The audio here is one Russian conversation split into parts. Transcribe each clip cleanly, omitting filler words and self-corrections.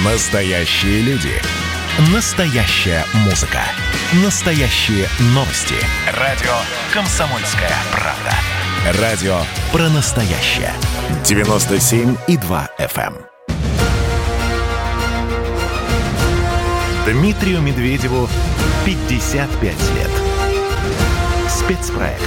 Настоящие люди. Настоящая музыка. Настоящие новости. Радио «Комсомольская правда». Радио про настоящее. 97,2 FM. Дмитрию Медведеву 55 лет. Спецпроект.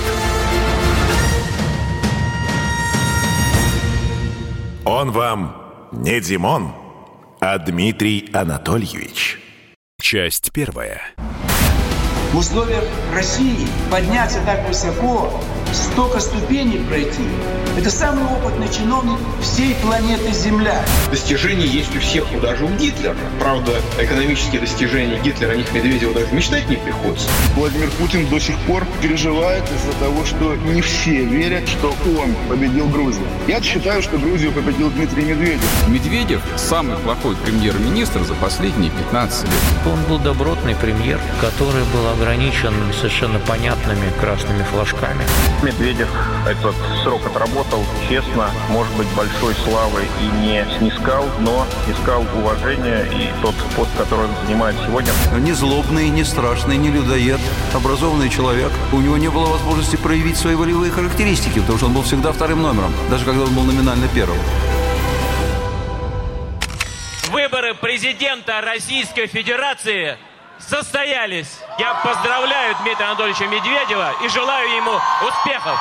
Он вам не Димон, а Дмитрий Анатольевич. Часть первая. В условиях России подняться так высоко, столько ступеней пройти – это самый опытный чиновник всей планеты Земля. Достижения есть у всех, но даже у Гитлера. Правда, экономические достижения Гитлера, о них Медведеву даже мечтать не приходится. Владимир Путин до сих пор переживает из-за того, что не все верят, что он победил Грузию. Я считаю, что Грузию победил Дмитрий Медведев. Медведев – самый плохой премьер-министр за последние 15 лет. Он был добротный премьер, который был ограничен совершенно понятными красными флажками. Медведев этот срок отработал честно, может быть, большой славой и не снискал, но снискал уважение, и тот пост, который он занимает сегодня. Не злобный, не страшный, не людоед, образованный человек. У него не было возможности проявить свои волевые характеристики, потому что он был всегда вторым номером, даже когда он был номинально первым. Выборы президента Российской Федерации состоялись. Я поздравляю Дмитрия Анатольевича Медведева и желаю ему успехов.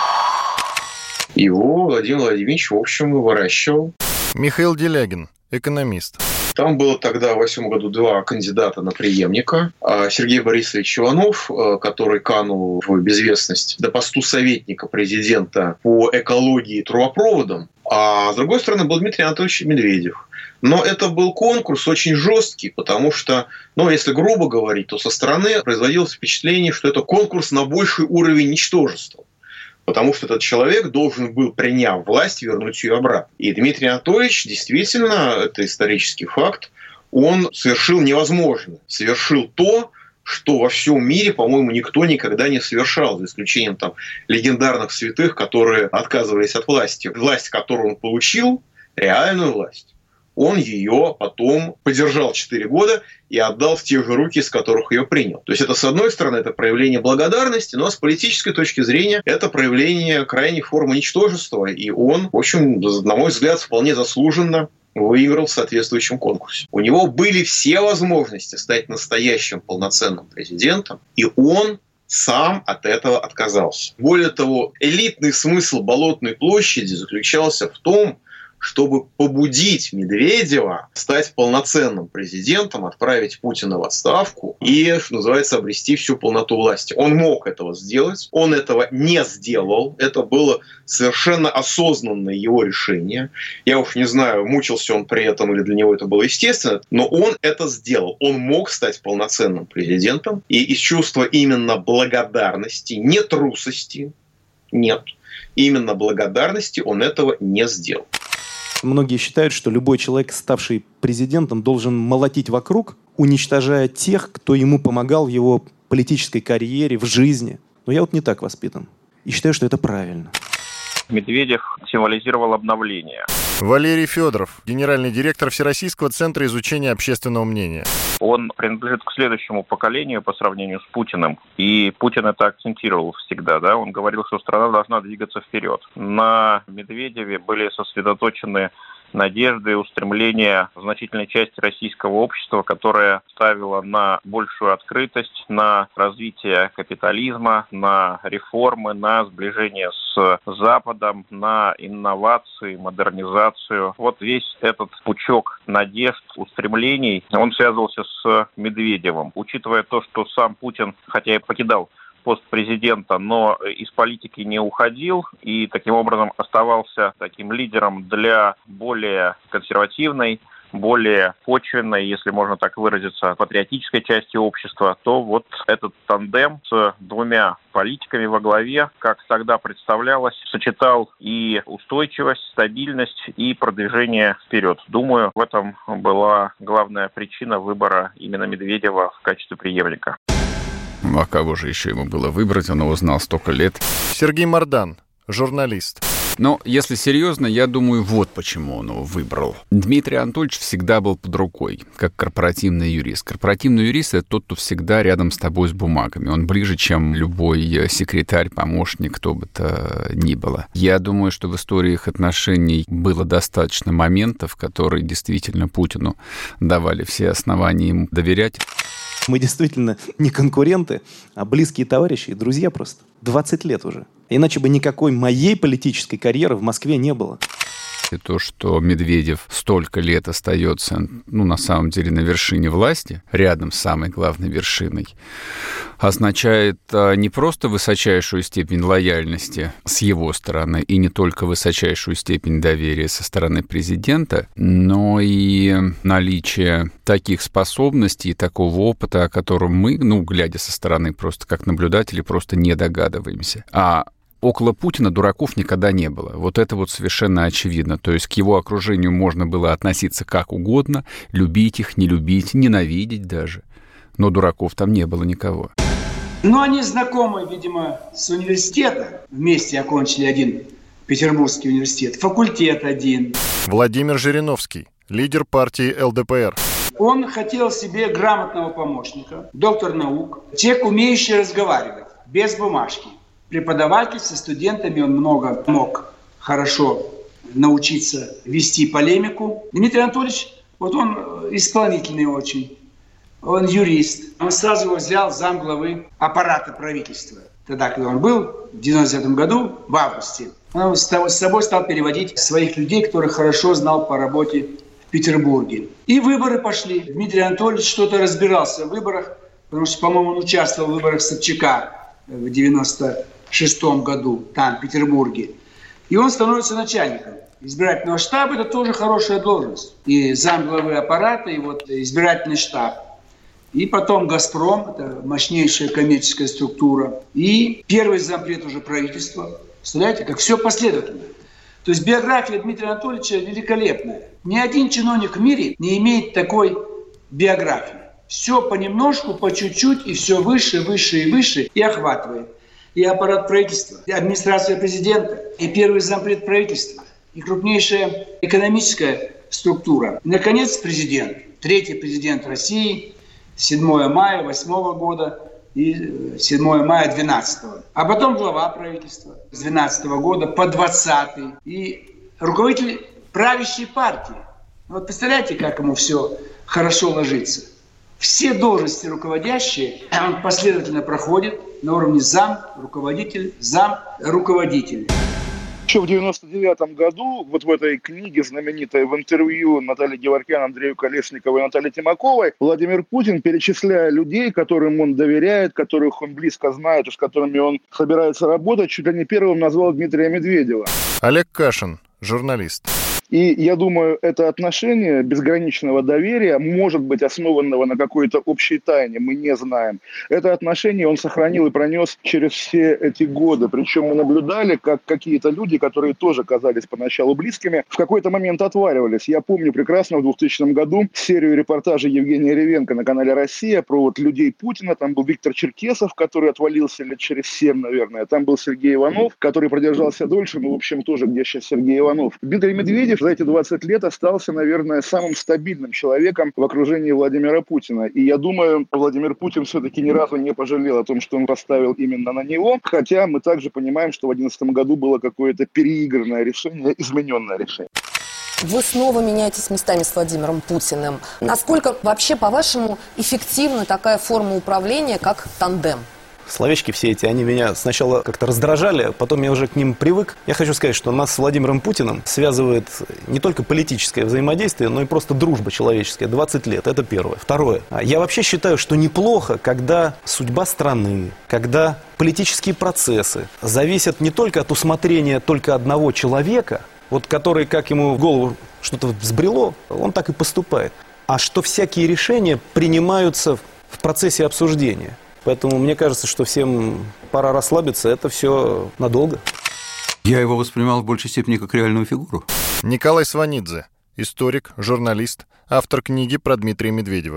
Его Владимир Владимирович, в общем, выращивал. Михаил Делягин, экономист. Там было тогда в 2008 году два кандидата на преемника. Сергей Борисович Иванов, который канул в безвестность до посту советника президента по экологии и трубопроводам. А с другой стороны был Дмитрий Анатольевич Медведев. Но это был конкурс очень жесткий, потому что, если грубо говорить, то со стороны производилось впечатление, что это конкурс на больший уровень ничтожества. Потому что этот человек должен был, приняв власть, вернуть ее обратно. И Дмитрий Анатольевич, действительно, это исторический факт, он совершил невозможное. Совершил то, что во всем мире, по-моему, никто никогда не совершал, за исключением легендарных святых, которые отказывались от власти. Власть, которую он получил, реальную власть, он ее потом подержал 4 года и отдал в те же руки, из которых ее принял. То есть это, с одной стороны, это проявление благодарности, но с политической точки зрения это проявление крайней формы ничтожества. И он, в общем, на мой взгляд, вполне заслуженно выиграл в соответствующем конкурсе. У него были все возможности стать настоящим полноценным президентом, и он сам от этого отказался. Более того, элитный смысл Болотной площади заключался в том, чтобы побудить Медведева стать полноценным президентом, отправить Путина в отставку и, что называется, обрести всю полноту власти. Он мог этого сделать, он этого не сделал. Это было совершенно осознанное его решение. Я уж не знаю, мучился он при этом или для него это было естественно, но он это сделал. Он мог стать полноценным президентом, и из чувства именно благодарности, не трусости, нет, именно благодарности он этого не сделал. Многие считают, что любой человек, ставший президентом, должен молотить вокруг, уничтожая тех, кто ему помогал в его политической карьере, в жизни. Но я не так воспитан. И считаю, что это правильно. Медведев символизировал обновление. Валерий Федоров, генеральный директор Всероссийского центра изучения общественного мнения. Он принадлежит к следующему поколению по сравнению с Путиным. И Путин это акцентировал всегда. Да? Он говорил, что страна должна двигаться вперед. На Медведеве были сосредоточены надежды и устремления значительной части российского общества, которая ставила на большую открытость, на развитие капитализма, на реформы, на сближение с Западом, на инновации, модернизацию. Вот весь этот пучок надежд, устремлений, он связывался с Медведевым. Учитывая то, что сам Путин, хотя и покидал пост президента, но из политики не уходил и таким образом оставался таким лидером для более консервативной, более почвенной, если можно так выразиться, патриотической части общества, то вот этот тандем с двумя политиками во главе, как тогда представлялось, сочетал и устойчивость, стабильность и продвижение вперед. Думаю, в этом была главная причина выбора именно Медведева в качестве преемника. А кого же еще ему было выбрать? Он его знал столько лет. Сергей Мардан, журналист. Но, если серьезно, я думаю, вот почему он его выбрал. Дмитрий Анатольевич всегда был под рукой, как корпоративный юрист. Корпоративный юрист — это тот, кто всегда рядом с тобой с бумагами. Он ближе, чем любой секретарь, помощник, кто бы то ни было. Я думаю, что в истории их отношений было достаточно моментов, которые действительно Путину давали все основания ему доверять. Мы действительно не конкуренты, а близкие товарищи и друзья просто. 20 лет уже. Иначе бы никакой моей политической карьеры в Москве не было. И то, что Медведев столько лет остается, на самом деле, на вершине власти, рядом с самой главной вершиной, означает не просто высочайшую степень лояльности с его стороны и не только высочайшую степень доверия со стороны президента, но и наличие таких способностей и такого опыта, о котором мы, глядя со стороны просто как наблюдатели, просто не догадываемся. А около Путина дураков никогда не было. Вот это вот совершенно очевидно. То есть к его окружению можно было относиться как угодно, любить их, не любить, ненавидеть даже. Но дураков там не было никого. Они знакомы, видимо, с университета. Вместе окончили один Петербургский университет, факультет один. Владимир Жириновский, лидер партии ЛДПР. Он хотел себе грамотного помощника, доктор наук, человек, умеющий разговаривать, без бумажки. Преподаватель, со студентами он много мог хорошо научиться вести полемику. Дмитрий Анатольевич, он исполнительный очень, он юрист. Он сразу его взял замглавы аппарата правительства. Тогда, когда он был, в 1999 году, в августе, он с собой стал переводить своих людей, которых хорошо знал по работе в Петербурге. И выборы пошли. Дмитрий Анатольевич что-то разбирался в выборах, потому что, по-моему, он участвовал в выборах Собчака в 1996 году, там, в Петербурге. И он становится начальником избирательного штаба. Это тоже хорошая должность. И замглавы аппарата, и избирательный штаб. И потом «Газпром», это мощнейшая коммерческая структура. И первый зампред уже правительства. Представляете, как все последовательно. То есть биография Дмитрия Анатольевича великолепная. Ни один чиновник в мире не имеет такой биографии. Все понемножку, по чуть-чуть, и все выше, выше и выше, и охватывает. И аппарат правительства, и администрация президента, и первый зампред правительства, и крупнейшая экономическая структура. И, наконец, президент. Третий президент России, 7 мая 2008 года и 7 мая 2012. А потом глава правительства с 2012 года по 2020. И руководитель правящей партии. Представляете, как ему все хорошо ложится. Все должности руководящие он последовательно проходит на уровне зам, руководитель, зам, руководитель. Еще в 1999 году, в этой книге, знаменитой в интервью Натальи Геворкян, Андрею Колесникову и Наталье Тимаковой, Владимир Путин, перечисляя людей, которым он доверяет, которых он близко знает и с которыми он собирается работать, чуть ли не первым назвал Дмитрия Медведева. Олег Кашин, журналист. И я думаю, это отношение безграничного доверия, может быть, основанного на какой-то общей тайне, мы не знаем. Это отношение он сохранил и пронес через все эти годы. Причем мы наблюдали, как какие-то люди, которые тоже казались поначалу близкими, в какой-то момент отваливались. Я помню прекрасно в 2000 году серию репортажей Евгения Ревенко на канале «Россия» про людей Путина. Там был Виктор Черкесов, который отвалился лет через 7, наверное. Там был Сергей Иванов, который продержался дольше, в общем, тоже где сейчас Сергей Иванов. Дмитрий Медведев за эти 20 лет остался, наверное, самым стабильным человеком в окружении Владимира Путина. И я думаю, Владимир Путин все-таки ни разу не пожалел о том, что он поставил именно на него. Хотя мы также понимаем, что в 2011 году было какое-то переигранное решение, измененное решение. Вы снова меняетесь местами с Владимиром Путиным. Насколько вообще, по-вашему, эффективна такая форма управления, как тандем? Словечки все эти, они меня сначала как-то раздражали, потом я уже к ним привык. Я хочу сказать, что нас с Владимиром Путиным связывает не только политическое взаимодействие, но и просто дружба человеческая. 20 лет, это первое. Второе. Я вообще считаю, что неплохо, когда судьба страны, когда политические процессы зависят не только от усмотрения только одного человека, который, как ему в голову что-то взбрело, он так и поступает. А что всякие решения принимаются в процессе обсуждения. Поэтому мне кажется, что всем пора расслабиться, это все надолго. Я его воспринимал в большей степени как реальную фигуру. Николай Сванидзе, историк, журналист, автор книги про Дмитрия Медведева.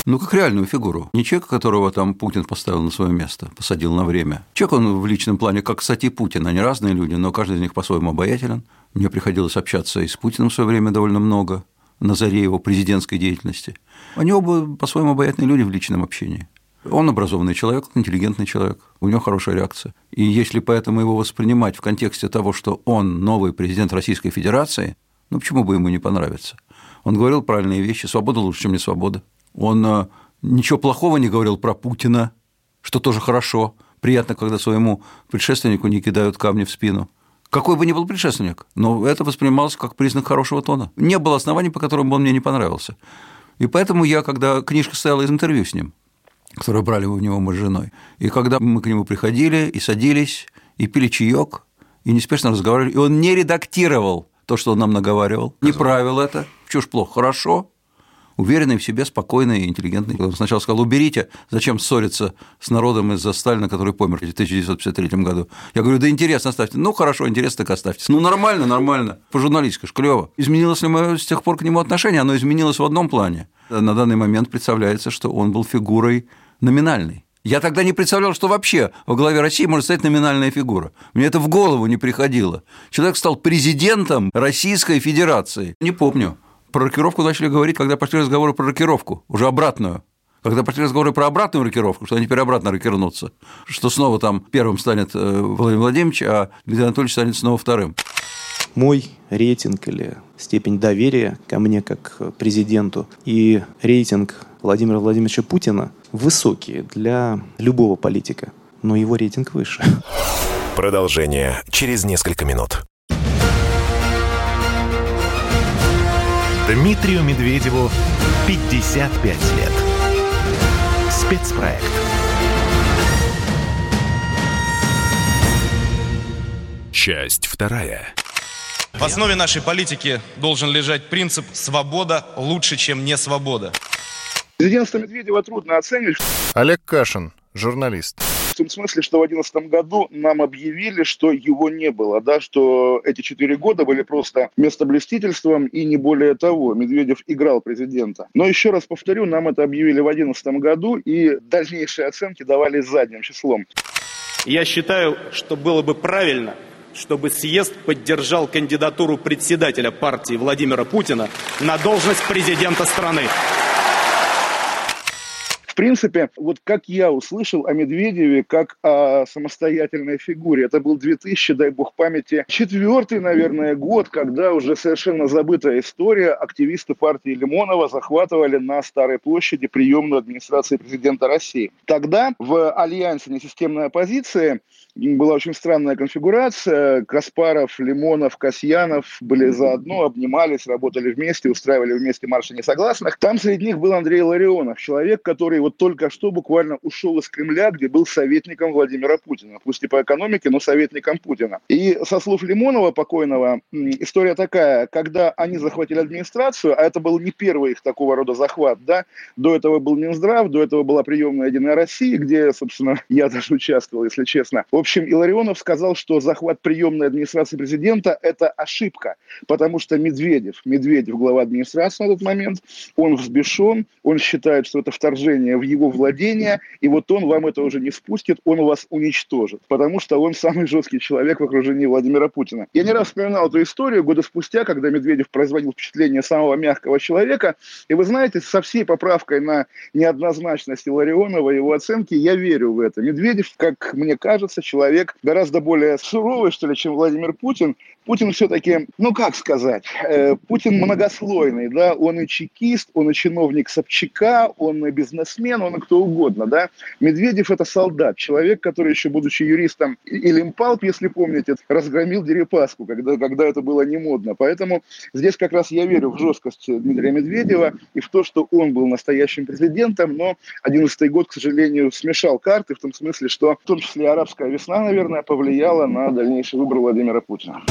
Ну, как реальную фигуру. Не человека, которого там Путин поставил на свое место, посадил на время. Человек он в личном плане, как, кстати, и Путин. Они разные люди, но каждый из них по-своему обаятелен. Мне приходилось общаться и с Путиным в свое время довольно много, на заре его президентской деятельности. Они оба по-своему обаятельные люди в личном общении. Он образованный человек, интеллигентный человек, у него хорошая реакция. И если поэтому его воспринимать в контексте того, что он новый президент Российской Федерации, ну почему бы ему не понравиться? Он говорил правильные вещи, свобода лучше, чем не свобода. Он ничего плохого не говорил про Путина, что тоже хорошо. Приятно, когда своему предшественнику не кидают камни в спину. Какой бы ни был предшественник, но это воспринималось как признак хорошего тона. Не было оснований, по которым он мне не понравился. И поэтому я, когда книжка стояла из интервью с ним, которую брали у него мы с женой, и когда мы к нему приходили и садились, и пили чаек, и неспешно разговаривали, и он не редактировал то, что он нам наговаривал, не правил это, чушь плохо, хорошо, уверенный в себе, спокойный и интеллигентный. Он сначала сказал: уберите, зачем ссориться с народом из-за Сталина, который помер в 1953 году. Я говорю: да интересно оставьте. Ну, хорошо, интересно, так оставьте. Ну, нормально, по-журналистски, клево. Изменилось ли мое с тех пор к нему отношение? Оно изменилось в одном плане. На данный момент представляется, что он был фигурой номинальной. Я тогда не представлял, что вообще во главе России может стоять номинальная фигура. Мне это в голову не приходило. Человек стал президентом Российской Федерации. Не помню. Про рокировку начали говорить, когда пошли разговоры про рокировку, уже обратную. Когда пошли разговоры про обратную рокировку, что они теперь обратно рокирнутся, что снова там первым станет Владимир Владимирович, а Дмитрий Анатольевич станет снова вторым. Мой рейтинг или степень доверия ко мне как президенту и рейтинг Владимира Владимировича Путина высокие для любого политика, но его рейтинг выше. Продолжение через несколько минут. Дмитрию Медведеву 55 лет. Спецпроект. Часть вторая. В основе нашей политики должен лежать принцип «свобода лучше, чем не свобода». Президентство Медведева трудно оценивать. Олег Кашин, журналист. В том смысле, что в 2011 году нам объявили, что его не было, да, что эти 4 года были просто местоблюстительством и не более того. Медведев играл президента. Но еще раз повторю, нам это объявили в 2011 году, и дальнейшие оценки давали задним числом. Я считаю, что было бы правильно, чтобы съезд поддержал кандидатуру председателя партии Владимира Путина на должность президента страны. В принципе, вот как я услышал о Медведеве как о самостоятельной фигуре, это был 2000, дай бог памяти, 4-й, наверное, год, когда уже совершенно забытая история, активисты партии Лимонова захватывали на Старой площади приемную администрации президента России. Тогда в альянсе «Несистемной оппозиции» была очень странная конфигурация. Каспаров, Лимонов, Касьянов были заодно, обнимались, работали вместе, устраивали вместе марши несогласных. Там среди них был Андрей Илларионов, человек, который вот только что буквально ушел из Кремля, где был советником Владимира Путина. Пусть и по экономике, но советником Путина. И со слов Лимонова, покойного, история такая: когда они захватили администрацию, а это был не первый их такого рода захват, да, до этого был Минздрав, до этого была приемная «Единая Россия», где, собственно, я даже участвовал, если честно. В общем, Илларионов сказал, что захват приемной администрации президента – это ошибка, потому что Медведев, глава администрации на тот момент, он взбешен, он считает, что это вторжение в его владение, и вот он вам это уже не спустит, он вас уничтожит, потому что он самый жесткий человек в окружении Владимира Путина. Я не раз вспоминал эту историю года спустя, когда Медведев производил впечатление самого мягкого человека, и вы знаете, со всей поправкой на неоднозначность Илларионова, его оценки, я верю в это. Медведев, как мне кажется, человек гораздо более суровый, что ли, чем Владимир Путин. Путин все-таки, ну как сказать, Путин многослойный, да, он и чекист, он и чиновник Собчака, он и бизнесмен, он и кто угодно, да. Медведев — это солдат, человек, который еще, будучи юристом Илимпалп, если помните, разгромил Дерипаску, когда это было не модно. Поэтому здесь как раз я верю в жесткость Дмитрия Медведева и в то, что он был настоящим президентом, но 2011 год, к сожалению, смешал карты в том смысле, что в том числе арабская весна, наверное, повлияла на дальнейший выбор Владимира Путина.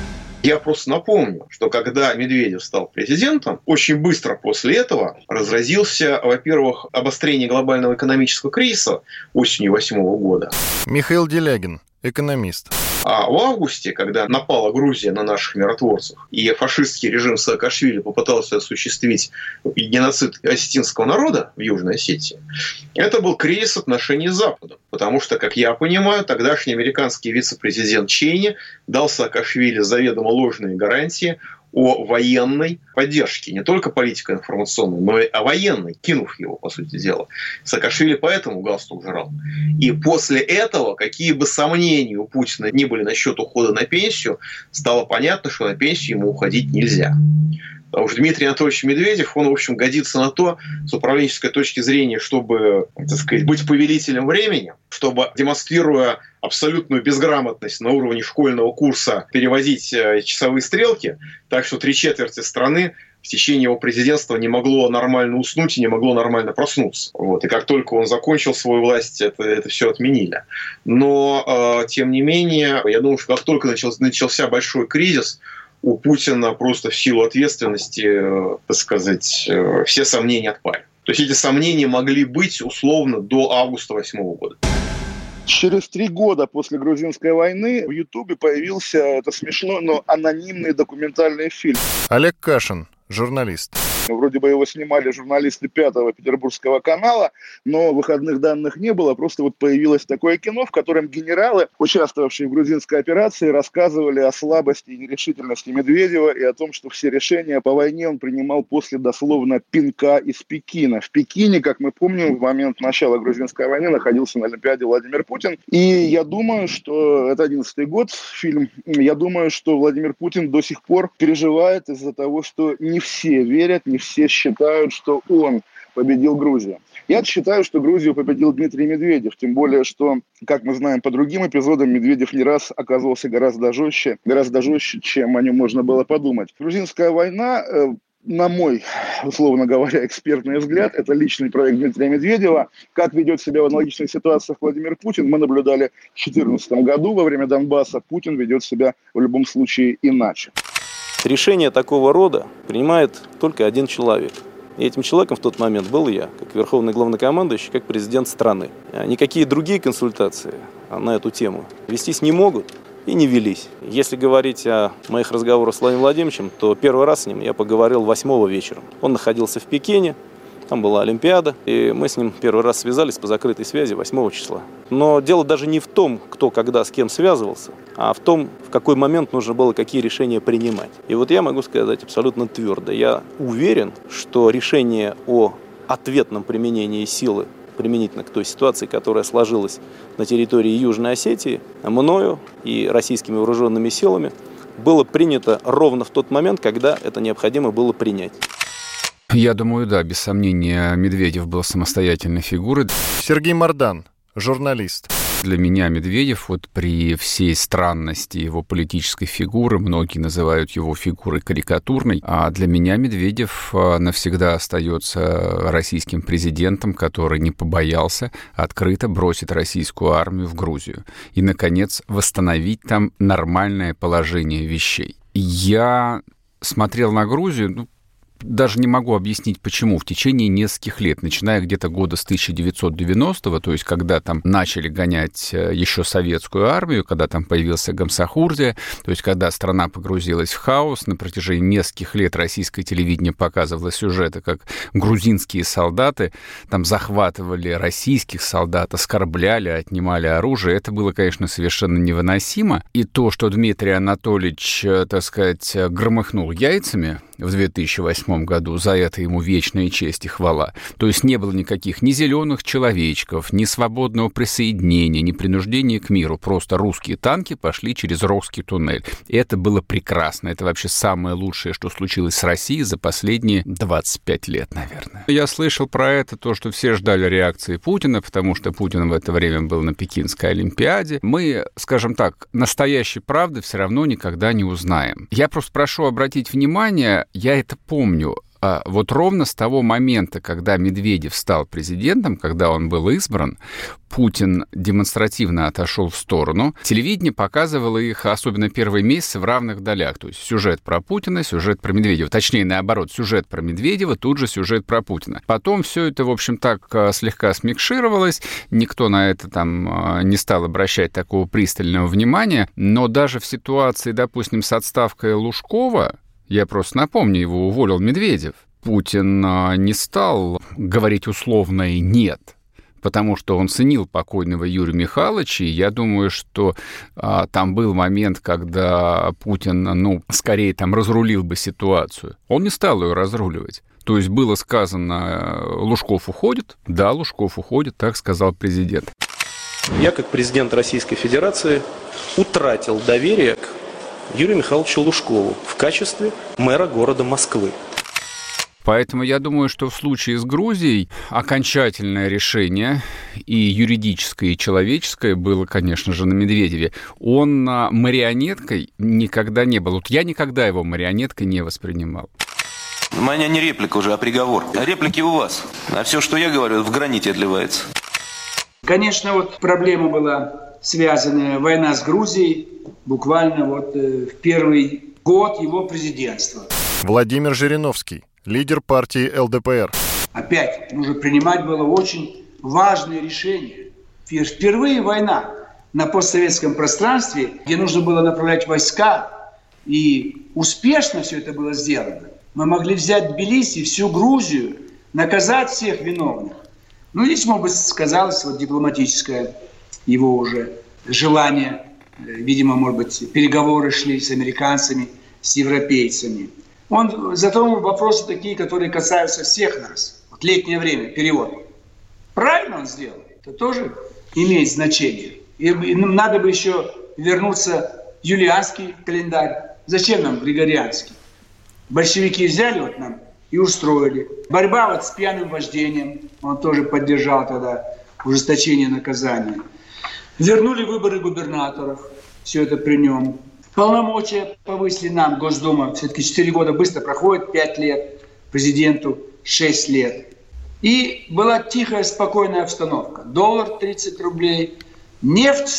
Я просто напомню, что когда Медведев стал президентом, очень быстро после этого разразился, во-первых, обострение глобального экономического кризиса осенью 2008 года. Михаил Делягин, экономист. А в августе, когда напала Грузия на наших миротворцев, и фашистский режим Саакашвили попытался осуществить геноцид осетинского народа в Южной Осетии, это был кризис отношений с Западом. Потому что, как я понимаю, тогдашний американский вице-президент Чейни дал Саакашвили заведомо ложные гарантии о военной поддержке, не только политико-информационной, но и о военной, кинув его, по сути дела. Саакашвили поэтому галстук жрал. И после этого, какие бы сомнения у Путина ни были насчет ухода на пенсию, стало понятно, что на пенсию ему уходить нельзя. Потому что Дмитрий Анатольевич Медведев, он, в общем, годится на то, с управленческой точки зрения, чтобы, так сказать, быть повелителем времени, чтобы, демонстрируя абсолютную безграмотность на уровне школьного курса, перевозить часовые стрелки, так что 3/4 страны в течение его президентства не могло нормально уснуть и не могло нормально проснуться. Вот. И как только он закончил свою власть, это все отменили. Но, тем не менее, я думаю, что как только начался большой кризис, у Путина просто в силу ответственности, так сказать, все сомнения отпали. То есть эти сомнения могли быть условно до августа 2008 года. Через 3 года после грузинской войны в Ютубе появился, это смешно, но анонимный документальный фильм. Олег Кашин, журналист. Вроде бы его снимали журналисты 5-го Петербургского канала, но выходных данных не было. Просто вот появилось такое кино, в котором генералы, участвовавшие в грузинской операции, рассказывали о слабости и нерешительности Медведева и о том, что все решения по войне он принимал после дословно пинка из Пекина. В Пекине, как мы помним, в момент начала грузинской войны находился на Олимпиаде Владимир Путин. И я думаю, что это 11-й год фильм. Я думаю, что Владимир Путин до сих пор переживает из-за того, что не все верят, не все считают, что он победил Грузию. Я считаю, что Грузию победил Дмитрий Медведев, тем более, что, как мы знаем по другим эпизодам, Медведев не раз оказывался гораздо жестче, чем о нем можно было подумать. Грузинская война, на мой, условно говоря, экспертный взгляд, это личный проект Дмитрия Медведева. Как ведет себя в аналогичных ситуациях Владимир Путин, мы наблюдали в 2014 году во время Донбасса. Путин ведет себя в любом случае иначе. Решение такого рода принимает только один человек. И этим человеком в тот момент был я, как верховный главнокомандующий, как президент страны. Никакие другие консультации на эту тему вестись не могут и не велись. Если говорить о моих разговорах с Владимиром Владимировичем, то первый раз с ним я поговорил 8-го вечером. Он находился в Пекине, там была Олимпиада, и мы с ним первый раз связались по закрытой связи 8 числа. Но дело даже не в том, кто когда с кем связывался, а в том, в какой момент нужно было какие решения принимать. И вот я могу сказать абсолютно твердо, я уверен, что решение о ответном применении силы применительно к той ситуации, которая сложилась на территории Южной Осетии, мною и российскими вооруженными силами, было принято ровно в тот момент, когда это необходимо было принять. Я думаю, да, без сомнения, Медведев был самостоятельной фигурой. Сергей Мардан, журналист. Для меня Медведев, вот при всей странности его политической фигуры, многие называют его фигурой карикатурной, а для меня Медведев навсегда остается российским президентом, который не побоялся открыто бросить российскую армию в Грузию и, наконец, восстановить там нормальное положение вещей. Я смотрел на Грузию, даже не могу объяснить, почему, в течение нескольких лет, начиная где-то года с 1990-го, то есть когда там начали гонять еще советскую армию, когда там появился Гамсахурдия, то есть когда страна погрузилась в хаос, на протяжении нескольких лет российское телевидение показывало сюжеты, как грузинские солдаты там захватывали российских солдат, оскорбляли, отнимали оружие. Это было, конечно, совершенно невыносимо. И то, что Дмитрий Анатольевич, так сказать, громыхнул яйцами в 2008 году, за это ему вечная честь и хвала. То есть не было никаких ни зеленых человечков, ни свободного присоединения, ни принуждения к миру. Просто русские танки пошли через Рохский туннель. И это было прекрасно. Это вообще самое лучшее, что случилось с Россией за последние 25 лет, наверное. Я слышал про это, то, что все ждали реакции Путина, потому что Путин в это время был на Пекинской Олимпиаде. Мы, скажем так, настоящей правды все равно никогда не узнаем. Я просто прошу обратить внимание, я это помню. вот ровно с того момента, когда Медведев стал президентом, когда он был избран, Путин демонстративно отошел в сторону. Телевидение показывало их, особенно первые месяцы, в равных долях. То есть сюжет про Путина, сюжет про Медведева. Точнее, наоборот, сюжет про Медведева, тут же сюжет про Путина. Потом все это, в общем, так слегка смикшировалось. Никто на это там не стал обращать такого пристального внимания. Но даже в ситуации, допустим, с отставкой Лужкова, я просто напомню, его уволил Медведев, Путин не стал говорить условное «нет», потому что он ценил покойного Юрия Михайловича, и я думаю, что там был момент, когда Путин, скорее там разрулил бы ситуацию. Он не стал ее разруливать. То есть было сказано, Лужков уходит, да, Лужков уходит, так сказал президент. Я, как президент Российской Федерации, утратил доверие к Юрию Михайловичу Лужкову в качестве мэра города Москвы. Поэтому я думаю, что в случае с Грузией окончательное решение и юридическое, и человеческое было, конечно же, на Медведеве. Он марионеткой никогда не был. Вот я никогда его марионеткой не воспринимал. У меня не реплика уже, а приговор. А реплики у вас. А все, что я говорю, в граните отливается. Конечно, вот проблема была связанная, война с Грузией, буквально вот в первый год его президентства. Владимир Жириновский, лидер партии ЛДПР. Опять нужно принимать было очень важные решения. Впервые война на постсоветском пространстве, где нужно было направлять войска, и успешно все это было сделано. Мы могли взять Тбилиси, всю Грузию, наказать всех виновных. Здесь, может быть, сказалось вот дипломатическое его уже желание. Видимо, может быть, переговоры шли с американцами, с европейцами. Он затронул вопросы такие, которые касаются всех нас. Вот летнее время, перевод. Правильно он сделал? Это тоже имеет значение. И надо бы еще вернуться в юлианский календарь. Зачем нам григорианский? Большевики взяли вот нам и устроили. Борьба вот с пьяным вождением. Он тоже поддержал тогда ужесточение наказания. Вернули выборы губернаторов. Все это при нем. Полномочия повысили нам, Госдума. Все-таки 4 года быстро проходит, 5 лет. Президенту 6 лет. И была тихая, спокойная обстановка. Доллар 30 рублей. Нефть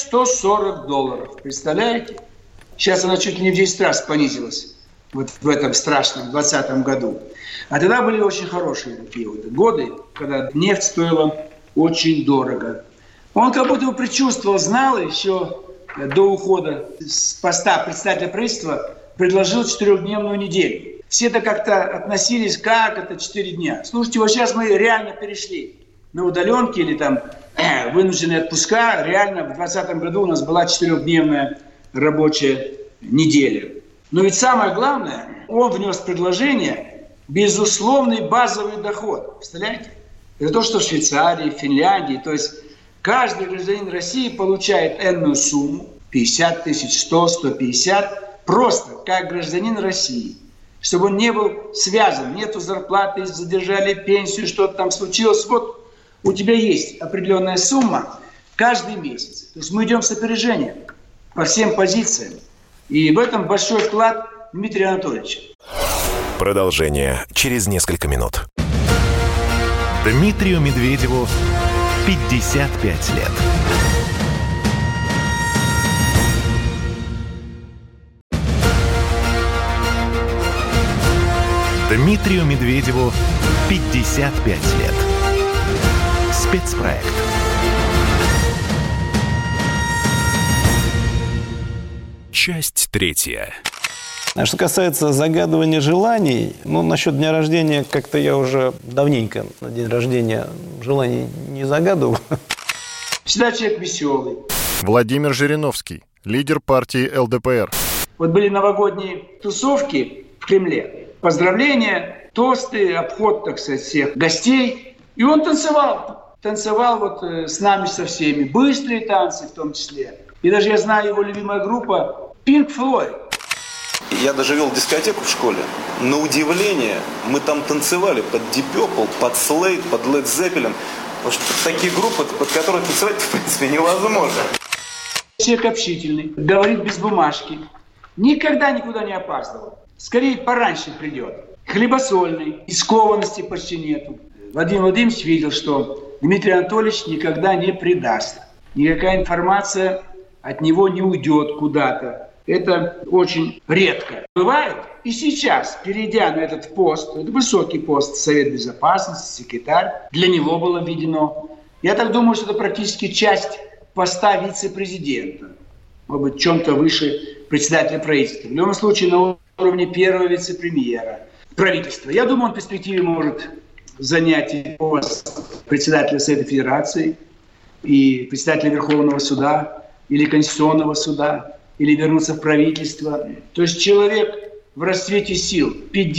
$140. Представляете? Сейчас она чуть ли не в 10 раз понизилась. Вот в этом страшном 2020 году. А тогда были очень хорошие такие вот годы, когда нефть стоила очень дорого. Он как будто бы предчувствовал, знал еще до ухода с поста председателя правительства, предложил 4-дневную неделю. Все-то как-то относились, как это 4 дня. Слушайте, вот сейчас мы реально перешли на удаленки или там вынужденные отпуска. Реально в 2020 году у нас была 4-дневная рабочая неделя. Но ведь самое главное, он внес предложение безусловный базовый доход. Представляете? Это то, что в Швейцарии, в Финляндии. То есть каждый гражданин России получает энную сумму, 50 тысяч, 100, 150, просто как гражданин России. Чтобы он не был связан, нету зарплаты, задержали пенсию, что-то там случилось. Вот у тебя есть определенная сумма каждый месяц. То есть мы идем с опережением по всем позициям. И в этом большой вклад Дмитрия Анатольевича. Продолжение через несколько минут. Дмитрию Медведеву 55 лет. Дмитрию Медведеву 55 лет. Спецпроект. Часть 3. А что касается загадывания желаний, насчет дня рождения, как-то я уже давненько на день рождения желаний не загадывал. Всегда человек веселый. Владимир Жириновский, лидер партии ЛДПР. Вот были новогодние тусовки в Кремле. Поздравления, тосты, обход, так сказать, всех гостей. И он танцевал. Танцевал вот с нами, со всеми. Быстрые танцы в том числе. И даже я знаю его любимая группа Pink Floyd. Я даже вел дискотеку в школе. На удивление, мы там танцевали под Deep Purple, под Slade, под Led Zeppelin. Потому что такие группы, под которые танцевать, в принципе, невозможно. Человек общительный, говорит без бумажки. Никогда никуда не опаздывал. Скорее, пораньше придет. хлебосольный, и скованности почти нету. Владимир Владимирович видел, что Дмитрий Анатольевич никогда не предаст. Никакая информация от него не уйдет куда-то. Это очень редко бывает. И сейчас, перейдя на этот пост, это высокий пост, Совет Безопасности, секретарь, для него было введено. Я так думаю, что это практически часть поста вице-президента. Может быть, в чем-то выше председателя правительства. В любом случае, на уровне первого вице-премьера правительства. Я думаю, он в перспективе может занять пост председателя Совета Федерации и председателя Верховного суда или Конституционного суда, или вернуться в правительство. То есть человек в расцвете сил,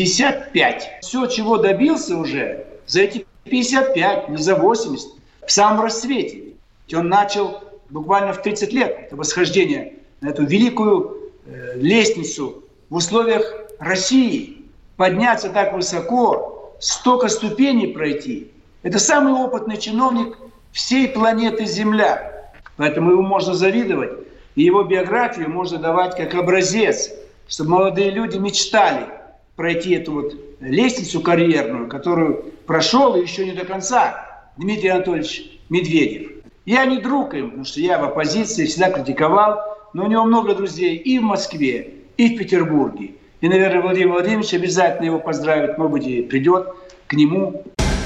55. Все, чего добился уже за эти 55, не за 80, в самом расцвете. Он начал буквально в 30 лет это восхождение на эту великую лестницу в условиях России. Подняться так высоко, столько ступеней пройти. Это самый опытный чиновник всей планеты Земля. Поэтому ему можно завидовать. И его биографию можно давать как образец, чтобы молодые люди мечтали пройти эту вот лестницу карьерную, которую прошел и еще не до конца Дмитрий Анатольевич Медведев. Я не друг им, потому что я в оппозиции всегда критиковал, но у него много друзей и в Москве, и в Петербурге. И, наверное, Владимир Владимирович обязательно его поздравит, может быть, и придет к нему.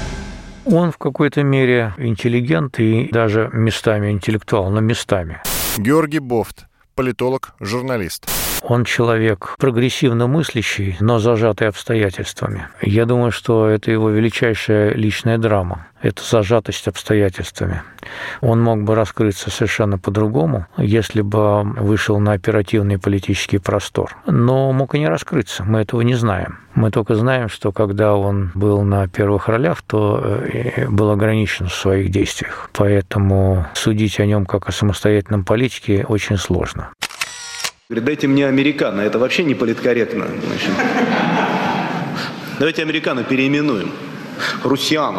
Он в какой-то мере интеллигент и даже местами интеллектуал, но местами. Георгий Бофт, политолог, журналист. Он человек прогрессивно мыслящий, но зажатый обстоятельствами. Я думаю, что это его величайшая личная драма. Это зажатость обстоятельствами. Он мог бы раскрыться совершенно по-другому, если бы вышел на оперативный политический простор. Но мог и не раскрыться, мы этого не знаем. Мы только знаем, что когда он был на первых ролях, то был ограничен в своих действиях. Поэтому судить о нем как о самостоятельном политике очень сложно. Говорит, дайте мне американо, это вообще не политкорректно. Давайте американо переименуем. Русиано.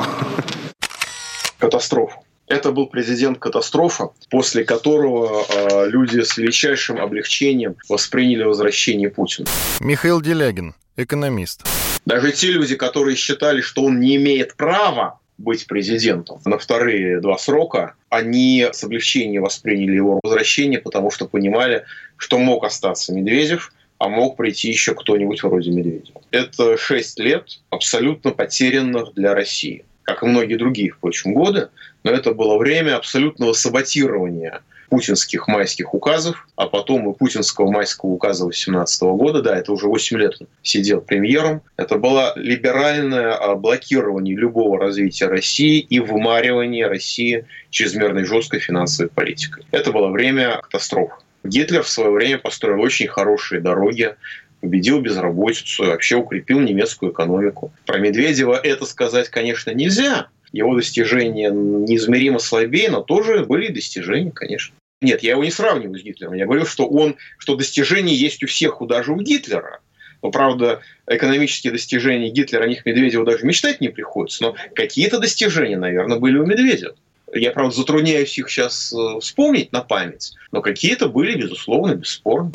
Катастрофа. Это был президент-катастрофа, после которого люди с величайшим облегчением восприняли возвращение Путина. Михаил Делягин, экономист. Даже те люди, которые считали, что он не имеет права быть президентом на вторые 2 срока, они с облегчением восприняли его возвращение, потому что понимали, что мог остаться Медведев, а мог прийти еще кто-нибудь вроде Медведева. Это 6 лет абсолютно потерянных для России, как и многие другие, впрочем, годы, но это было время абсолютного саботирования путинских майских указов, а потом и путинского майского указа 2018 года, да, это уже 8 лет он сидел премьером, это было либеральное блокирование любого развития России и вымаривание России чрезмерной жесткой финансовой политикой. Это было время катастрофы. Гитлер в свое время построил очень хорошие дороги, победил безработицу и вообще укрепил немецкую экономику. Про Медведева это сказать, конечно, нельзя. Его достижения неизмеримо слабее, но тоже были достижения, конечно. Нет, я его не сравниваю с Гитлером. Я говорю, что достижения есть у всех, даже у Гитлера. Но, правда, экономические достижения Гитлера, о них Медведеву даже мечтать не приходится. Но какие-то достижения, наверное, были у Медведева. Я, правда, затрудняюсь их сейчас вспомнить на память. Но какие-то были, безусловно, бесспорно.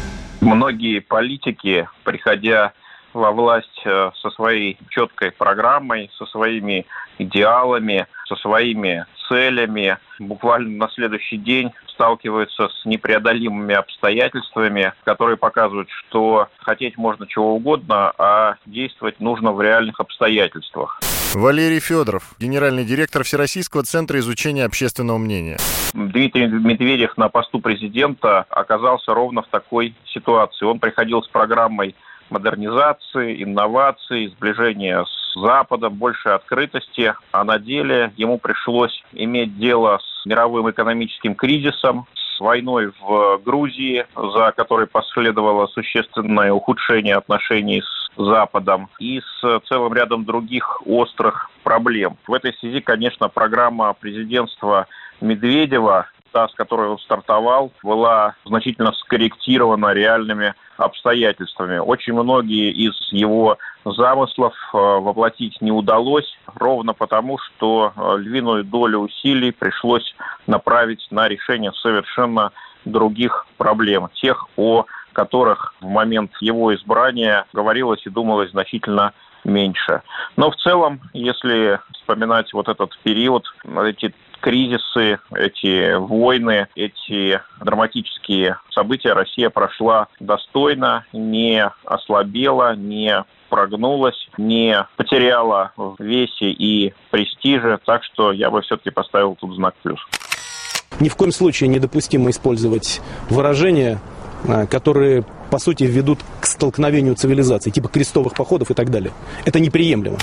Многие политики, приходя во власть со своей четкой программой, со своими идеалами, со своими целями, буквально на следующий день сталкиваются с непреодолимыми обстоятельствами, которые показывают, что хотеть можно чего угодно, а действовать нужно в реальных обстоятельствах. Валерий Федоров, генеральный директор Всероссийского центра изучения общественного мнения. Дмитрий Медведев на посту президента оказался ровно в такой ситуации. Он приходил с программой модернизации, инноваций, сближения с Западом, большей открытости, а на деле ему пришлось иметь дело с мировым экономическим кризисом, с войной в Грузии, за которой последовало существенное ухудшение отношений с Западом и с целым рядом других острых проблем. В этой связи, конечно, программа президентства Медведева, та, с которой он стартовал, была значительно скорректирована реальными обстоятельствами. Очень многие из его замыслов воплотить не удалось, ровно потому, что львиную долю усилий пришлось направить на решение совершенно других проблем, тех, о которых в момент его избрания говорилось и думалось значительно меньше. Но в целом, если вспоминать вот этот период, эти кризисы, эти войны, эти драматические события, Россия прошла достойно, не ослабела, не прогнулась, не потеряла в весе и престиже, так что я бы все-таки поставил тут знак плюс. Ни в коем случае недопустимо использовать выражения, которые, по сути, ведут к столкновению цивилизаций, типа крестовых походов и так далее. Это неприемлемо.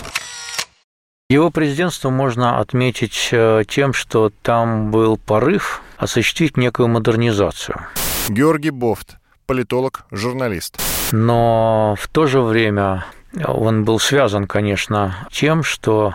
Его президентство можно отметить тем, что там был порыв осуществить некую модернизацию. Георгий Бофт, политолог, журналист. Но в то же время он был связан, конечно, тем, что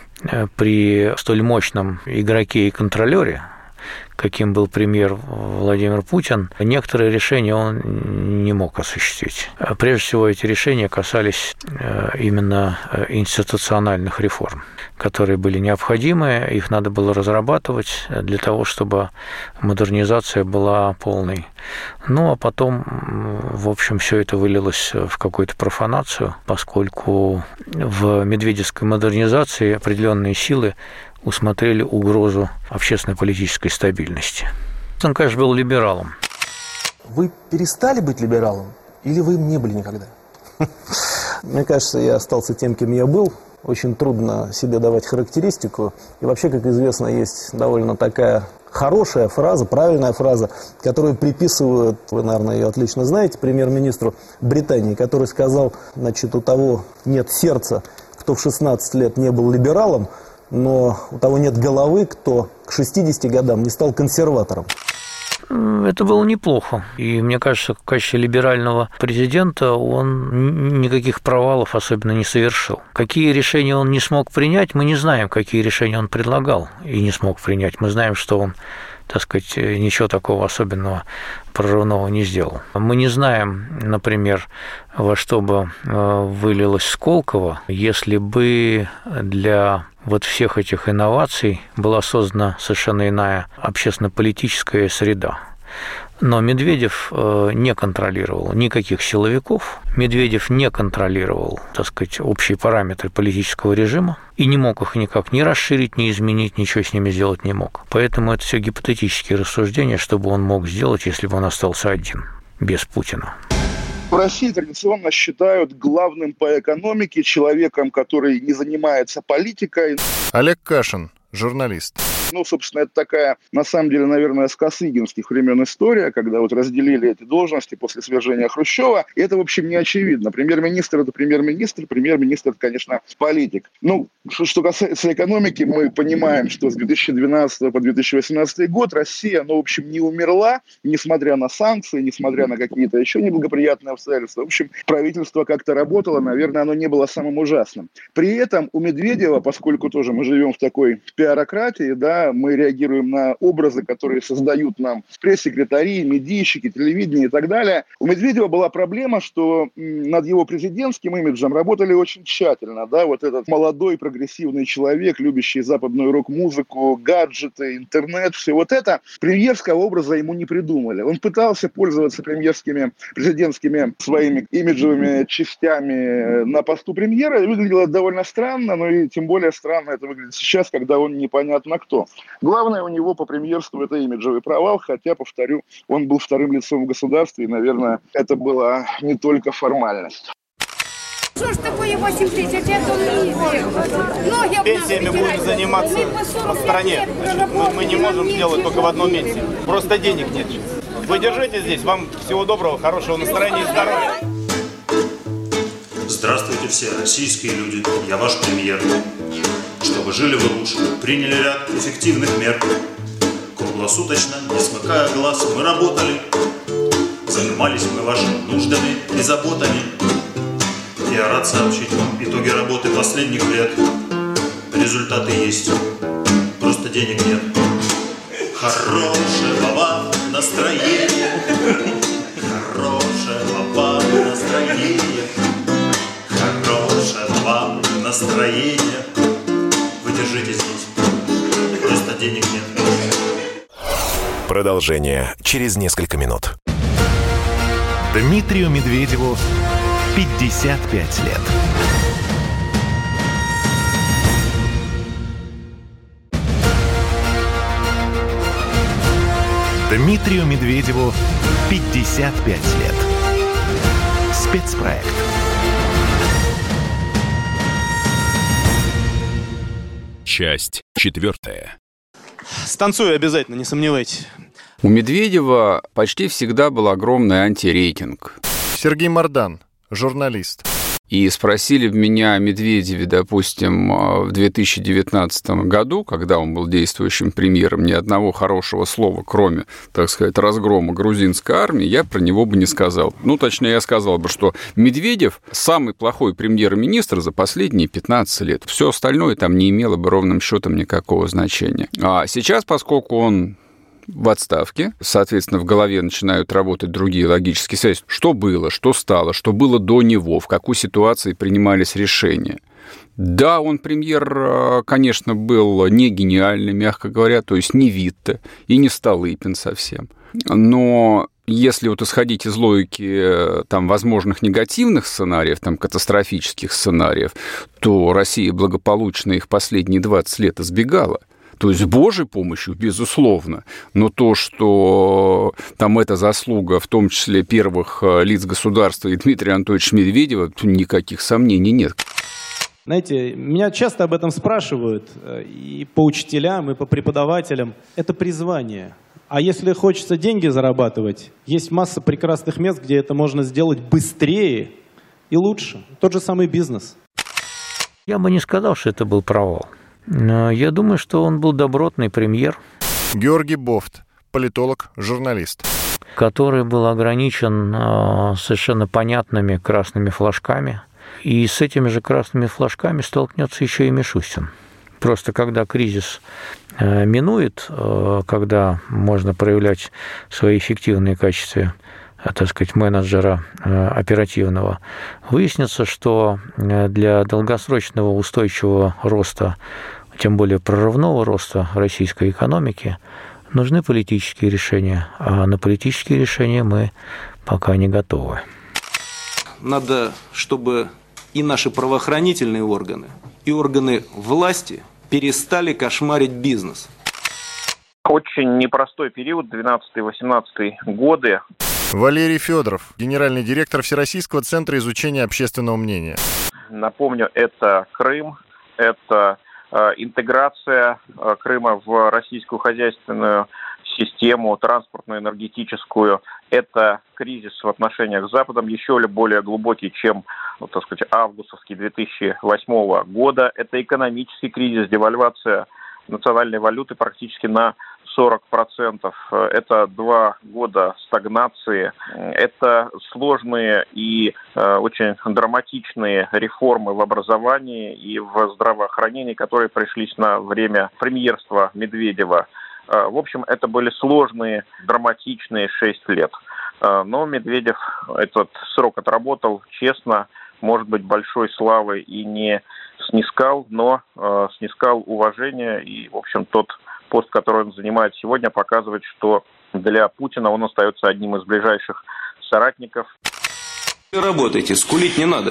при столь мощном игроке и контролёре, каким был премьер Владимир Путин, некоторые решения он не мог осуществить. Прежде всего, эти решения касались именно институциональных реформ, которые были необходимы, их надо было разрабатывать для того, чтобы модернизация была полной. Ну, а потом, в общем, все это вылилось в какую-то профанацию, поскольку в медведевской модернизации определенные силы усмотрели угрозу общественно-политической стабильности. Он, конечно, был либералом. Вы перестали быть либералом или вы им не были никогда? Мне кажется, я остался тем, кем я был. Очень трудно себе давать характеристику. И вообще, как известно, есть довольно такая хорошая фраза, правильная фраза, которую приписывают, вы, наверное, ее отлично знаете, премьер-министру Британии, который сказал, значит, у того нет сердца, кто в 16 лет не был либералом, но у того нет головы, кто к 60 годам не стал консерватором. Это было неплохо. И мне кажется, в качестве либерального президента он никаких провалов особенно не совершил. Какие решения он не смог принять, мы не знаем, какие решения он предлагал и не смог принять. Мы знаем, что он, так сказать, ничего такого особенного прорывного не сделал. Мы не знаем, например, во что бы вылилось Сколково, если бы для вот всех этих инноваций была создана совершенно иная общественно-политическая среда. Но Медведев не контролировал никаких силовиков, Медведев не контролировал, так сказать, общие параметры политического режима и не мог их никак ни расширить, ни изменить, ничего с ними сделать не мог. Поэтому это все гипотетические рассуждения, что бы он мог сделать, если бы он остался один, без Путина. В России традиционно считают главным по экономике человеком, который не занимается политикой. Олег Кашин, журналист. Ну, собственно, это такая, на самом деле, наверное, с косыгинских времен история, когда вот разделили эти должности после свержения Хрущева. И это, в общем, не очевидно. Премьер-министр – это премьер-министр, премьер-министр – это, конечно, политик. Ну, что касается экономики, мы понимаем, что с 2012 по 2018 год Россия, ну, в общем, не умерла, несмотря на санкции, несмотря на какие-то еще неблагоприятные обстоятельства. В общем, правительство как-то работало, наверное, оно не было самым ужасным. При этом у Медведева, поскольку тоже мы живем в такой пиарократии, да, мы реагируем на образы, которые создают нам пресс-секретари, медийщики, телевидение и так далее. У Медведева была проблема, что над его президентским имиджем работали очень тщательно. Да? Вот этот молодой прогрессивный человек, любящий западную рок-музыку, гаджеты, интернет, все вот это, премьерского образа ему не придумали. Он пытался пользоваться премьерскими, президентскими своими имиджевыми частями на посту премьера. И выглядело довольно странно, но и тем более странно это выглядит сейчас, когда он непонятно кто. Главное у него по премьерству это имиджевый провал, хотя, повторю, он был вторым лицом в государстве, и, наверное, это была не только формальность. Что ж такое 8 тысяч? Это он пенсиями будем заниматься в стране. Мы не можем сделать только в одном месте. Просто денег нет. Вы держите здесь. Вам всего доброго, хорошего настроения и здоровья. Здравствуйте все российские люди. Я ваш премьер. Чтобы жили вы лучше, приняли ряд эффективных мер. Круглосуточно, не смыкая глаз, мы работали. Занимались мы вашими нуждами и заботами. Я рад сообщить вам итоги работы последних лет. Результаты есть, просто денег нет. Хорошего вам настроения. Хорошего вам настроения. Хорошего вам настроения. Вы держите здесь, просто денег нет. Продолжение через несколько минут. Дмитрию Медведеву 55 лет. Дмитрию Медведеву 55 лет. Спецпроект. Часть 4. Станцую обязательно, не сомневайтесь. У Медведева почти всегда был огромный антирейтинг. Сергей Мардан, журналист. И спросили меня о Медведеве, допустим, в 2019 году, когда он был действующим премьером, ни одного хорошего слова, кроме, так сказать, разгрома грузинской армии, я про него бы не сказал. Ну, точнее, я сказал бы, что Медведев самый плохой премьер-министр за последние 15 лет. Все остальное там не имело бы ровным счетом никакого значения. А сейчас, поскольку он в отставке, соответственно, в голове начинают работать другие логические связи. Что было, что стало, что было до него, в какой ситуации принимались решения. Да, он премьер, конечно, был не гениальный, мягко говоря, то есть не Витте и не Столыпин совсем. Но если вот исходить из логики там, возможных негативных сценариев, там, катастрофических сценариев, то Россия благополучно их последние 20 лет избегала. То есть с Божьей помощью, безусловно, но то, что там это заслуга, в том числе первых лиц государства и Дмитрия Анатольевича Медведева, никаких сомнений нет. Знаете, меня часто об этом спрашивают и по учителям, и по преподавателям. Это призвание. А если хочется деньги зарабатывать, есть масса прекрасных мест, где это можно сделать быстрее и лучше. Тот же самый бизнес. Я бы не сказал, что это был провал. Но я думаю, что он был добротный премьер. Георгий Бофт, политолог, журналист. Который был ограничен совершенно понятными красными флажками. И с этими же красными флажками столкнется еще и Мишустин. Просто когда кризис минует, когда можно проявлять свои эффективные качества, так сказать, менеджера оперативного, выяснится, что для долгосрочного устойчивого роста, тем более прорывного роста российской экономики, нужны политические решения. А на политические решения мы пока не готовы. Надо, чтобы и наши правоохранительные органы, и органы власти перестали кошмарить бизнес. Очень непростой период, 12-18 годы. Валерий Федоров, генеральный директор Всероссийского центра изучения общественного мнения. Напомню, это Крым, это интеграция Крыма в российскую хозяйственную систему, транспортную, энергетическую. Это кризис в отношениях с Западом, еще более глубокий, чем, так сказать, августовский 2008 года. Это экономический кризис, девальвация национальной валюты практически на 40%. Это 2 года стагнации. Это сложные и очень драматичные реформы в образовании и в здравоохранении, которые пришлись на время премьерства Медведева. В общем, это были сложные, драматичные 6 лет. Но Медведев этот срок отработал честно, может быть, большой славы и не снискал, но снискал уважение. И, в общем, тот пост, который он занимает сегодня, показывает, что для Путина он остается одним из ближайших соратников. Работайте, скулить не надо.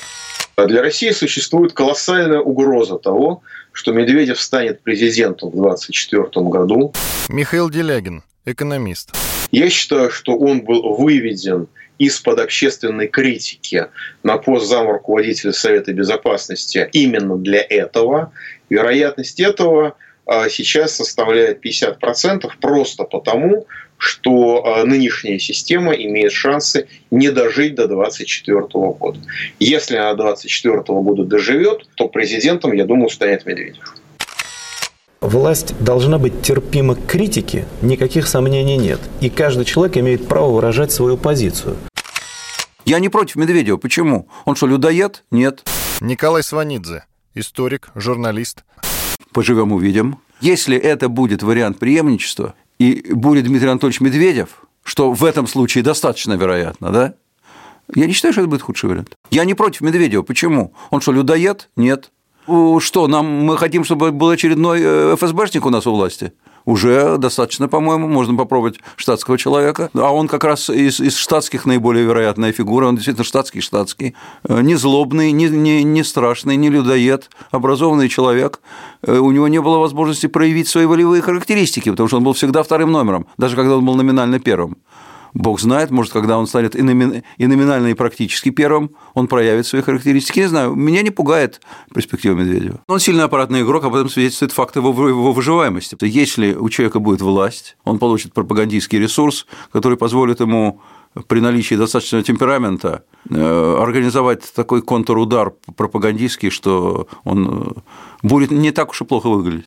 Для России существует колоссальная угроза того, что Медведев станет президентом в 2024 году. Михаил Делягин, экономист. Я считаю, что он был выведен из-под общественной критики на пост замруководителя Совета Безопасности именно для этого. Вероятность этого сейчас составляет 50% просто потому, что нынешняя система имеет шансы не дожить до 2024 года. Если она до 2024 года доживет, то президентом, я думаю, станет Медведев. Власть должна быть терпима к критике, никаких сомнений нет. И каждый человек имеет право выражать свою позицию. Я не против Медведева. Почему? Он что, людоед? Нет. Николай Сванидзе, историк, журналист. Поживем, увидим. Если это будет вариант преемничества, и будет Дмитрий Анатольевич Медведев, что в этом случае достаточно вероятно, да? Я не считаю, что это будет худший вариант. Я не против Медведева. Почему? Он что, людоед? Нет. Что, мы хотим, чтобы был очередной ФСБшник у нас у власти? Уже достаточно, по-моему, можно попробовать штатского человека. А он как раз из штатских наиболее вероятная фигура, он действительно штатский, не злобный, не страшный, не людоед, образованный человек. У него не было возможности проявить свои волевые характеристики, потому что он был всегда вторым номером, даже когда он был номинально первым. Бог знает, может, когда он станет и номинально, и практически первым, он проявит свои характеристики. Не знаю, меня не пугает перспектива Медведева. Он сильный аппаратный игрок, об этом свидетельствует факт его выживаемости. Если у человека будет власть, он получит пропагандистский ресурс, который позволит ему при наличии достаточного темперамента организовать такой контрудар пропагандистский, что он будет не так уж и плохо выглядеть.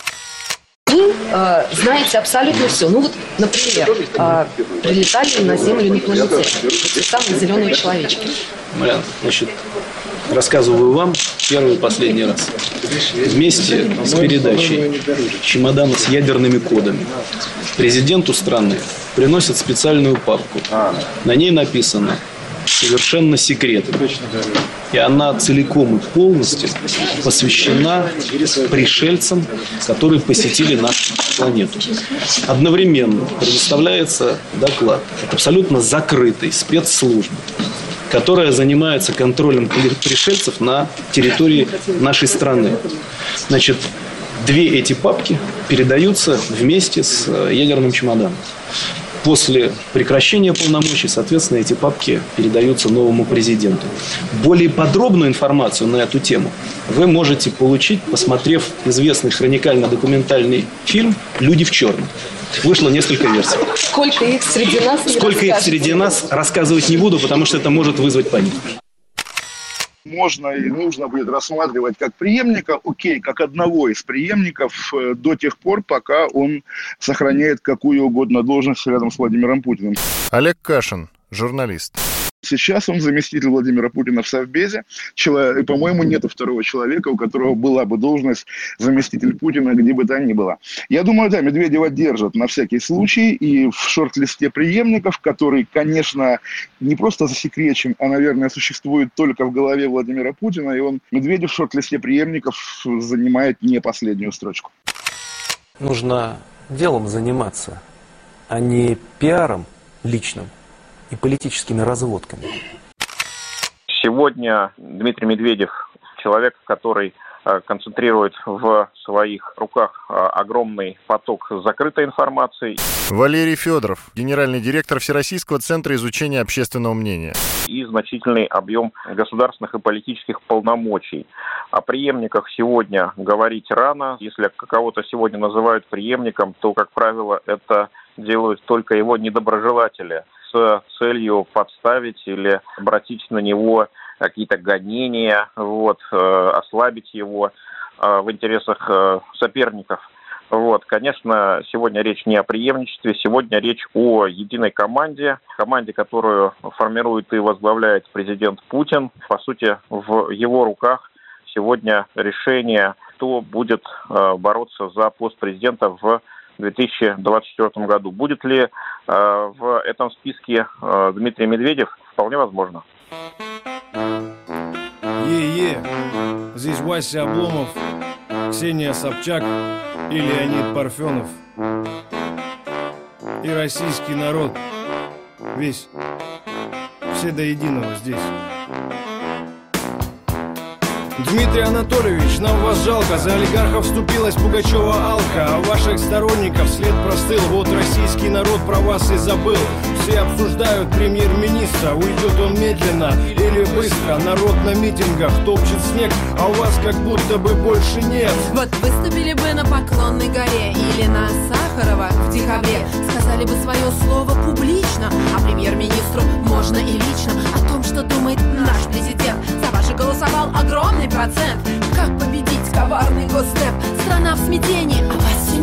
Вы знаете абсолютно все. Ну вот, например, прилетали на Землю инопланетяне, те самые зеленые человечки. Марьяна, значит, рассказываю вам первый и последний раз. Вместе с передачей чемодана с ядерными кодами президенту страны приносят специальную папку. На ней написано «Совершенно секретно». И она целиком и полностью посвящена пришельцам, которые посетили нашу планету. Одновременно предоставляется доклад от абсолютно закрытой спецслужбы, которая занимается контролем пришельцев на территории нашей страны. Значит, две эти папки передаются вместе с ядерным чемоданом. После прекращения полномочий, соответственно, эти папки передаются новому президенту. Более подробную информацию на эту тему вы можете получить, посмотрев известный хроникально-документальный фильм «Люди в черном». Вышло несколько версий. Сколько их среди нас? Сколько их среди нас, рассказывать не буду, потому что это может вызвать панику. Можно и нужно будет рассматривать как преемника, как одного из преемников до тех пор, пока он сохраняет какую угодно должность рядом с Владимиром Путиным. Олег Кашин, журналист. Сейчас он заместитель Владимира Путина в Совбезе. И, по-моему, нет второго человека, у которого была бы должность заместитель Путина, где бы то ни было. Я думаю, да, Медведева держат на всякий случай. И в шорт-листе преемников, который, конечно, не просто засекречен, а, наверное, существует только в голове Владимира Путина. И Медведев в шорт-листе преемников занимает не последнюю строчку. Нужно делом заниматься, а не пиаром личным и политическими разводками. Сегодня Дмитрий Медведев человек, который концентрирует в своих руках огромный поток закрытой информации. Валерий Федоров, генеральный директор Всероссийского центра изучения общественного мнения. И значительный объем государственных и политических полномочий. О преемниках сегодня говорить рано. Если кого-то сегодня называют преемником, то, как правило, это делают только его недоброжелатели с целью подставить или обратить на него какие-то гонения, ослабить его в интересах соперников. Конечно, сегодня речь не о преемничестве, сегодня речь о единой команде, которую формирует и возглавляет президент Путин. По сути, в его руках сегодня решение, кто будет бороться за пост президента в 2024 году. Будет ли в этом списке Дмитрий Медведев? Вполне возможно. Здесь Вася Обломов, Ксения Собчак и Леонид Парфенов. И российский народ весь, все до единого здесь. Дмитрий Анатольевич, нам вас жалко. За олигархов вступилась Пугачева Алка, а ваших сторонников след простыл. Вот российский народ про вас и забыл. Все обсуждают премьер-министра, уйдет он медленно или быстро. Народ на митингах топчет снег, а у вас как будто бы больше нет. Вот выступили бы на Поклонной горе или на Сахарова в декабре, сказали бы свое слово публично, а премьер-министру можно и лично. О том, что думает наш президент, за вас же голосовал огромный процент. Как победить коварный госдеп? Страна в смятении, а вас все нет.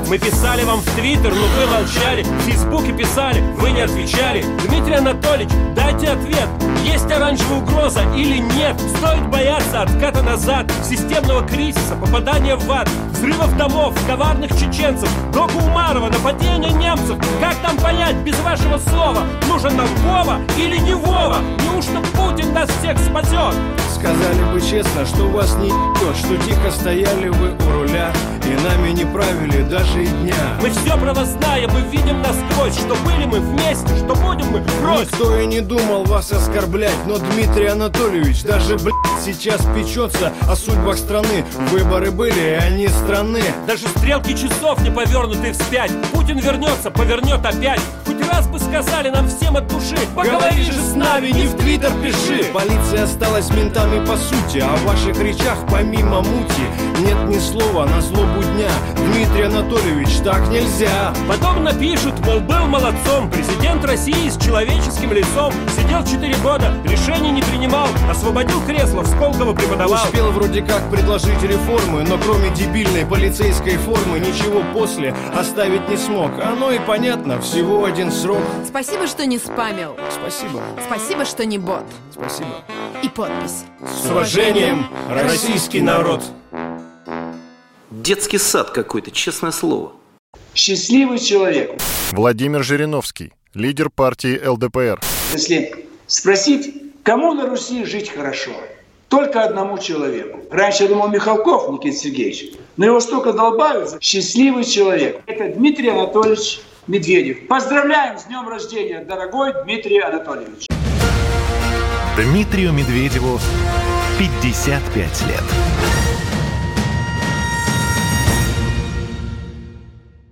Мы писали вам в Твиттер, но вы молчали. В Фейсбуке писали, вы не отвечали. Дмитрий Анатольевич, дайте ответ. Есть оранжевая угроза или нет? Стоит бояться отката назад, системного кризиса, попадания в ад, взрывов домов, коварных чеченцев, Доку Умарова, нападения немцев. Как нам понять без вашего слова, нужен нам Вова или не Вова? Неужто Путин нас всех спасет? Сказали бы честно, что вас не ебет, что тихо стояли вы у руля и нами не правили даже и дня. Мы все про вас знаем, мы видим насквозь, что были мы вместе, что будем мы врозь. Никто и не думал вас оскорблять, но Дмитрий Анатольевич даже, сейчас печется о судьбах страны. Выборы были, и они странны. Даже стрелки часов не повернуты вспять. Путин вернется, повернет опять. Хоть раз бы сказали нам всем от души: поговори же с нами, не в Твиттер пиши. Полиция осталась ментами по сути, а в ваших речах помимо мути нет ни слова на злобу дня. Дмитрий Анатольевич, так нельзя. Потом напишут, мол, был молодцом, президент России с человеческим лицом. Сидел 4 года, решений не принимал, освободил кресло, в Сколково преподавал. Успел вроде как предложить реформы, но кроме дебильной полицейской формы ничего после оставить не смог. Оно и понятно, всего один срок. Спасибо, что не спамил. Спасибо. Спасибо, что не бот. Спасибо. И подпись. С уважением, российский народ. Детский сад какой-то, честное слово. Счастливый человек. Владимир Жириновский, лидер партии ЛДПР. Если спросить, кому на Руси жить хорошо, только одному человеку. Раньше я думал Михалков Никита Сергеевич, но его столько долбают. Счастливый человек. Это Дмитрий Анатольевич Медведев. Поздравляем с днем рождения, дорогой Дмитрий Анатольевич. Дмитрию Медведеву 55 лет.